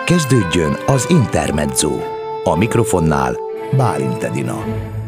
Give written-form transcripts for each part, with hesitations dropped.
Kezdődjön az Intermezzo. A mikrofonnál Bálint Edina.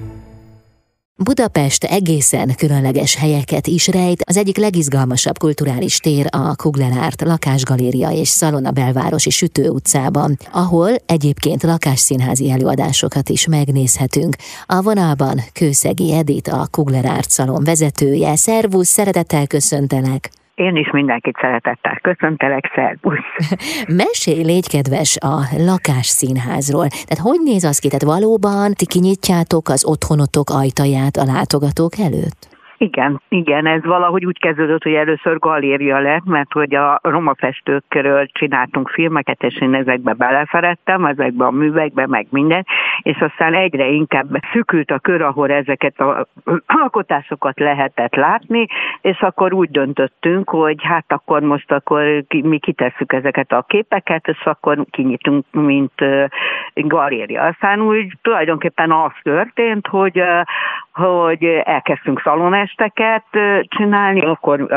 Budapest egészen különleges helyeket is rejt. Az egyik legizgalmasabb kulturális tér a Kugler Art lakásgaléria és szalon a belvárosi Sütő utcában, ahol egyébként lakásszínházi előadásokat is megnézhetünk. A vonalban Kőszegi Edit, a Kugler Art szalon vezetője. Szervusz, szeretettel köszöntelek! Én is mindenkit szeretettel köszöntelek, szervusz! Mesélj, légy kedves, a lakásszínházról. Tehát hogy néz az ki? Tehát valóban ti kinyitjátok az otthonotok ajtaját a látogatók előtt? Igen, ez valahogy úgy kezdődött, hogy először galéria lett, mert hogy a roma festőkről csináltunk filmeket, és én ezekbe beleszerettem, ezekbe a művekbe, meg minden, és aztán egyre inkább szűkült a kör, ahol ezeket az alkotásokat lehetett látni, és akkor úgy döntöttünk, hogy hát akkor mi kitesszük ezeket a képeket, és akkor kinyitunk, mint galéria. Aztán úgy tulajdonképpen az történt, hogy elkezdtünk szalonesteket csinálni, akkor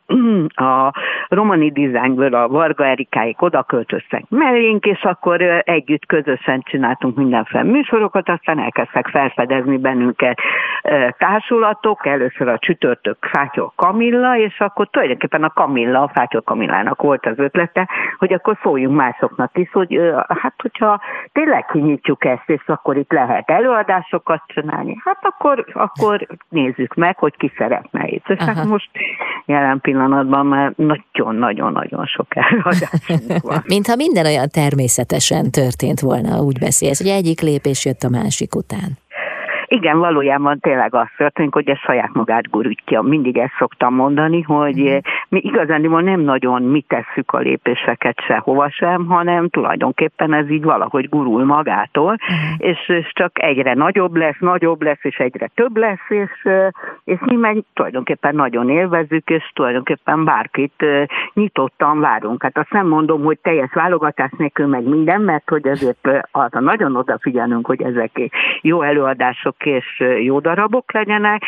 a Romani Designből a Varga Erikáik oda költöztek mellénk, és akkor együtt közösen csináltunk mindenféle műsorokat, aztán elkezdtek felfedezni bennünket társulatok, először a Csütörtök Fátyol Kamilla, és akkor tulajdonképpen a Fátyol Kamillának volt az ötlete, hogy akkor szóljunk másoknak is, hogy hát hogyha tényleg kinyitjuk ezt, és akkor itt lehet előadásokat csinálni, hát akkor nézzük meg, hogy ki szeretne itt. És hát most jelen pillanatban már nagyon-nagyon-nagyon sok előadásunk van. Mintha minden olyan természetesen történt volna, úgy beszélsz, hogy egyik lépés jött a másik után. Igen, valójában tényleg az történik, hogy ez saját magát gurítja. Mindig ezt szoktam mondani, hogy mi igazándiból nem nagyon mi tesszük a lépéseket sehova sem, hanem tulajdonképpen ez így valahogy gurul magától, és csak egyre nagyobb lesz, és egyre több lesz, és mi meg tulajdonképpen nagyon élvezzük, és tulajdonképpen bárkit nyitottan várunk. Hát azt nem mondom, hogy teljes válogatás nélkül meg minden, mert hogy ezért arra nagyon odafigyelünk, hogy ezek jó előadások és jó darabok legyenek,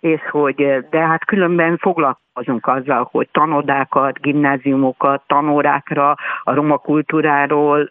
de hát különben foglalkozunk azzal, hogy tanodákat, gimnáziumokat, tanórákra, a roma kultúráról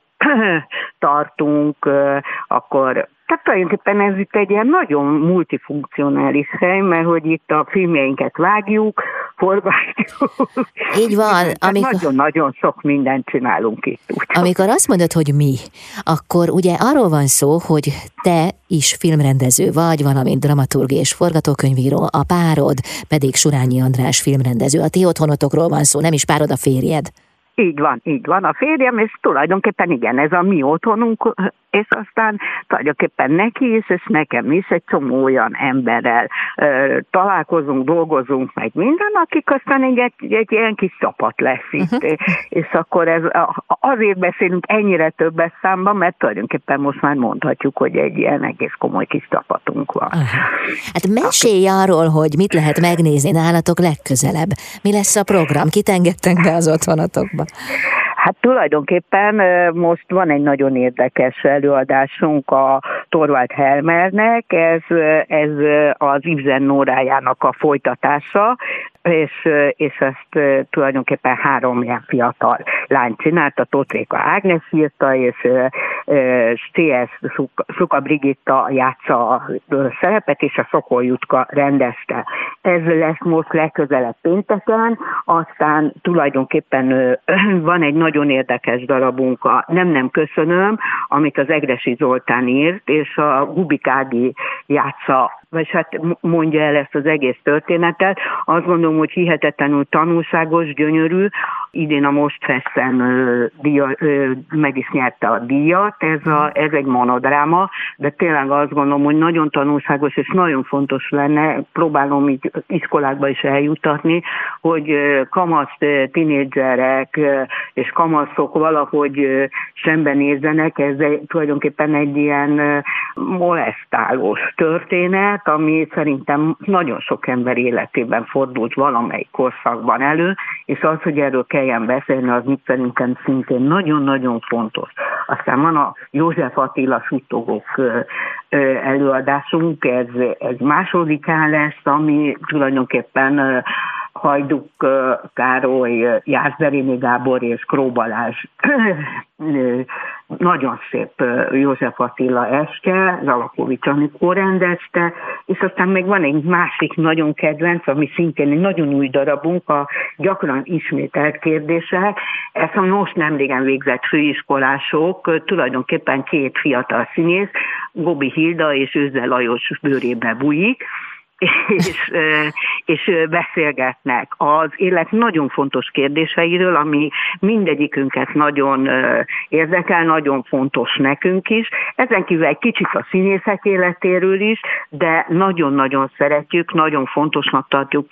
tartunk, akkor tehát tulajdonképpen ez itt egy ilyen nagyon multifunkcionális hely, mert hogy itt a filmjeinket vágjuk, forgatjuk. Így van. Nagyon-nagyon sok mindent csinálunk itt. Amikor azt mondod, hogy mi, akkor ugye arról van szó, hogy te is filmrendező vagy, valamint dramaturg és forgatókönyvíró, a párod pedig Surányi András filmrendező. A ti otthonotokról van szó, nem is párod, a férjed. Így van a férjem, és tulajdonképpen igen, ez a mi otthonunk, és aztán tulajdonképpen neki is, és nekem is egy csomó olyan emberrel találkozunk, dolgozunk, meg minden, akik aztán egy ilyen kis csapat lesz itt. És akkor azért beszélünk ennyire többes számban, mert tulajdonképpen most már mondhatjuk, hogy egy ilyen egész komoly kis csapatunk van. Hát mesélj arról, hogy mit lehet megnézni nálatok legközelebb. Mi lesz a program? Kit engedtek be az otthonotokba? Hát tulajdonképpen most van egy nagyon érdekes előadásunk a Torvald Helmernek, ez az Ibsen Nórájának a folytatása, és ezt tulajdonképpen 3 ilyen fiatal lány csinálta, Totréka Ágnes írta, és C.S. Szuka Brigitta játsza a szerepet, és a Szokol Jutka rendezte. Ez lesz most legközelebb pénteken, aztán tulajdonképpen van egy nagyon érdekes darabunk, a Nem köszönöm, amit az Egressy Zoltán írt, és a Gubik Ági játsza, vagy hát mondja el ezt az egész történetet. Azt gondolom, hogy hihetetlenül tanulságos, gyönyörű. Idén a Most Festen meg is nyerte a díjat. Ez egy monodráma, de tényleg azt gondolom, hogy nagyon tanulságos és nagyon fontos lenne, próbálom így iskolákba is eljutatni, hogy kamasz tinédzserek és kamaszok valahogy szembenézzenek. Ez tulajdonképpen egy ilyen molesztálós történet, ami szerintem nagyon sok ember életében fordult valamelyik korszakban elő, és az, hogy erről kelljen beszélni, az mit szerintem szintén nagyon-nagyon fontos. Aztán van a József Attila Suttogók előadásunk, ez másodikán lesz, ami tulajdonképpen Hajduk Károly, Jászberényi Gábor és Kró Balázs nagyon szép József Attila este, Zalakovics Anikó rendezte, és aztán még van egy másik nagyon kedvenc, ami szintén egy nagyon új darabunk, a gyakran ismételt kérdések. Ezt a most nemrégen végzett főiskolások, tulajdonképpen két fiatal színész, Gobi Hilda és Őzzel Lajos bőrébe bújik, és beszélgetnek az élet nagyon fontos kérdéseiről, ami mindegyikünket nagyon érdekel, nagyon fontos nekünk is. Ezen kívül egy kicsit a színészek életéről is, de nagyon-nagyon szeretjük, nagyon fontosnak tartjuk,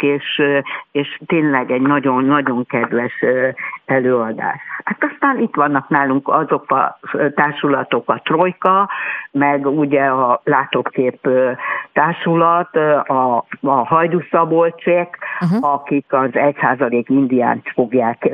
és tényleg egy nagyon-nagyon kedves előadás. Hát aztán itt vannak nálunk azok a társulatok, a Trojka, meg ugye a Látókép társulat, a Hajdú-Szabolcsék, akik az 1% Indiánt fogják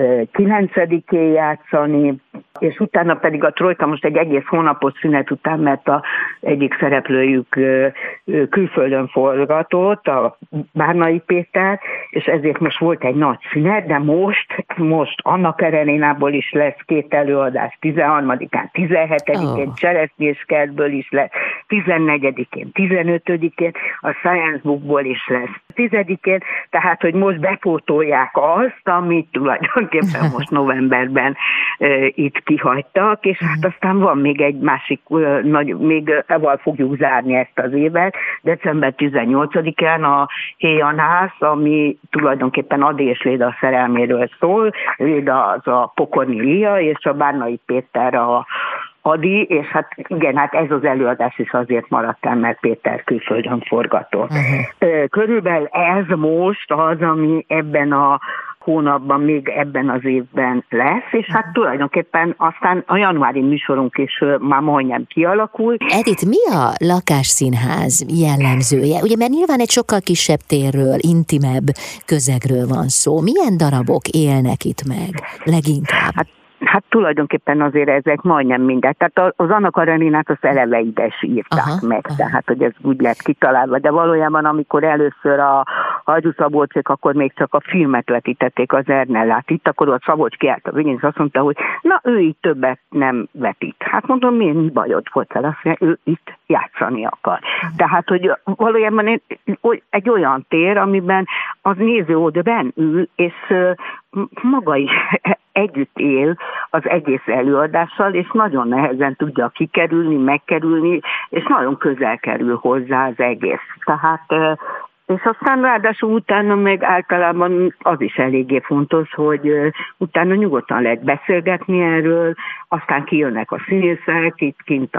9-én játszani, és utána pedig a Trojka most egy egész hónapos szünet után, mert a egyik szereplőjük külföldön forgatott, a Bárnai Péter, és ezért most volt egy nagy szünet, de most Anna Karenénából is lesz 2 előadás, 13-án, 17-én, Cseresznyéskertből is lesz, 14-én, 15-én, a Science Bookból is lesz 10-én, tehát, hogy most bepótolják azt, amit tulajdonképpen most novemberben itt kihagytak, és hát aztán van még egy másik, még ebből fogjuk zárni ezt az évet, december 18-án a Héjanház, ami tulajdonképpen Adi és Léda szerelméről szól, Léda az a Pokorni Lia, és a Bárnai Péter a Adi, és hát igen, hát ez az előadás is azért maradt el, mert Péter külföldön forgatott. Körülbelül ez most az, ami ebben a hónapban, még ebben az évben lesz, és hát tulajdonképpen aztán a januári műsorunk is már majdnem kialakul. Edith, mi a Lakásszínház jellemzője? Ugye, mert nyilván egy sokkal kisebb térről, intimebb közegről van szó. Milyen darabok élnek itt meg leginkább? Hát tulajdonképpen azért ezek majdnem mindegy. Tehát az Anna Kareninát az eleve ide is írták meg, tehát hogy ez úgy lett kitalálva. De valójában, amikor először a Hajdú-Szabolcsék, akkor még csak a filmet vetítették, az Ernellát itt, akkor ott Szabolcs kiállt a végén, és azt mondta, hogy na, ő itt többet nem vetít. Hát mondom, mi bajod volt el? Azt mondja, ő itt játszani akar. Tehát, hogy valójában egy olyan tér, amiben az néző oda benn ül, és maga is együtt él az egész előadással, és nagyon nehezen tudja kikerülni, megkerülni, és nagyon közel kerül hozzá az egész. Tehát, és aztán ráadásul utána meg általában az is eléggé fontos, hogy utána nyugodtan lehet beszélgetni erről, aztán kijönnek a színészek, itt kint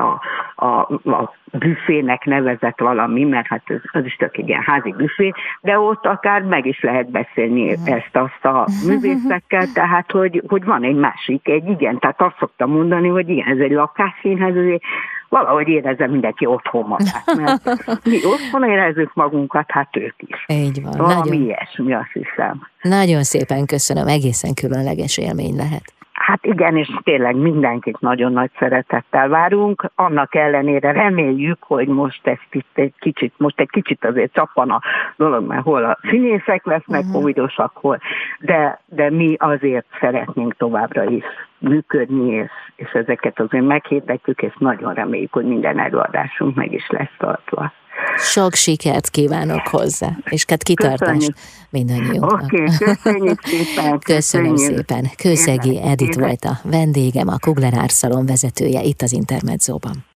a büfének nevezett valami, mert hát az is tök egy ilyen házi büfé, de ott akár meg is lehet beszélni ezt-azt a művészekkel, tehát hogy van egy másik, igen, tehát azt szoktam mondani, hogy igen, ez egy lakásszínház, valahogy érezze mindenki otthon magát, mert mi otthon érezzük magunkat, hát ők is. Így van. Valami ilyesmi, azt hiszem. Nagyon szépen köszönöm, egészen különleges élmény lehet. Hát igen, és tényleg mindenkit nagyon nagy szeretettel várunk. Annak ellenére reméljük, hogy most egy kicsit azért csappan a dolog, mert hol a színészek lesznek covidosak, hol, de mi azért szeretnénk továbbra is működni, és ezeket azért meghirdetjük, és nagyon reméljük, hogy minden előadásunk meg is lesz tartva. Sok sikert kívánok hozzá, és hát kitartást mindannyiunknak. Oké, köszönjük szépen. Köszönöm szépen. Kőszegi Edith volt a vendégem, a Kugler Art Szalon vezetője itt az Intermedzóban.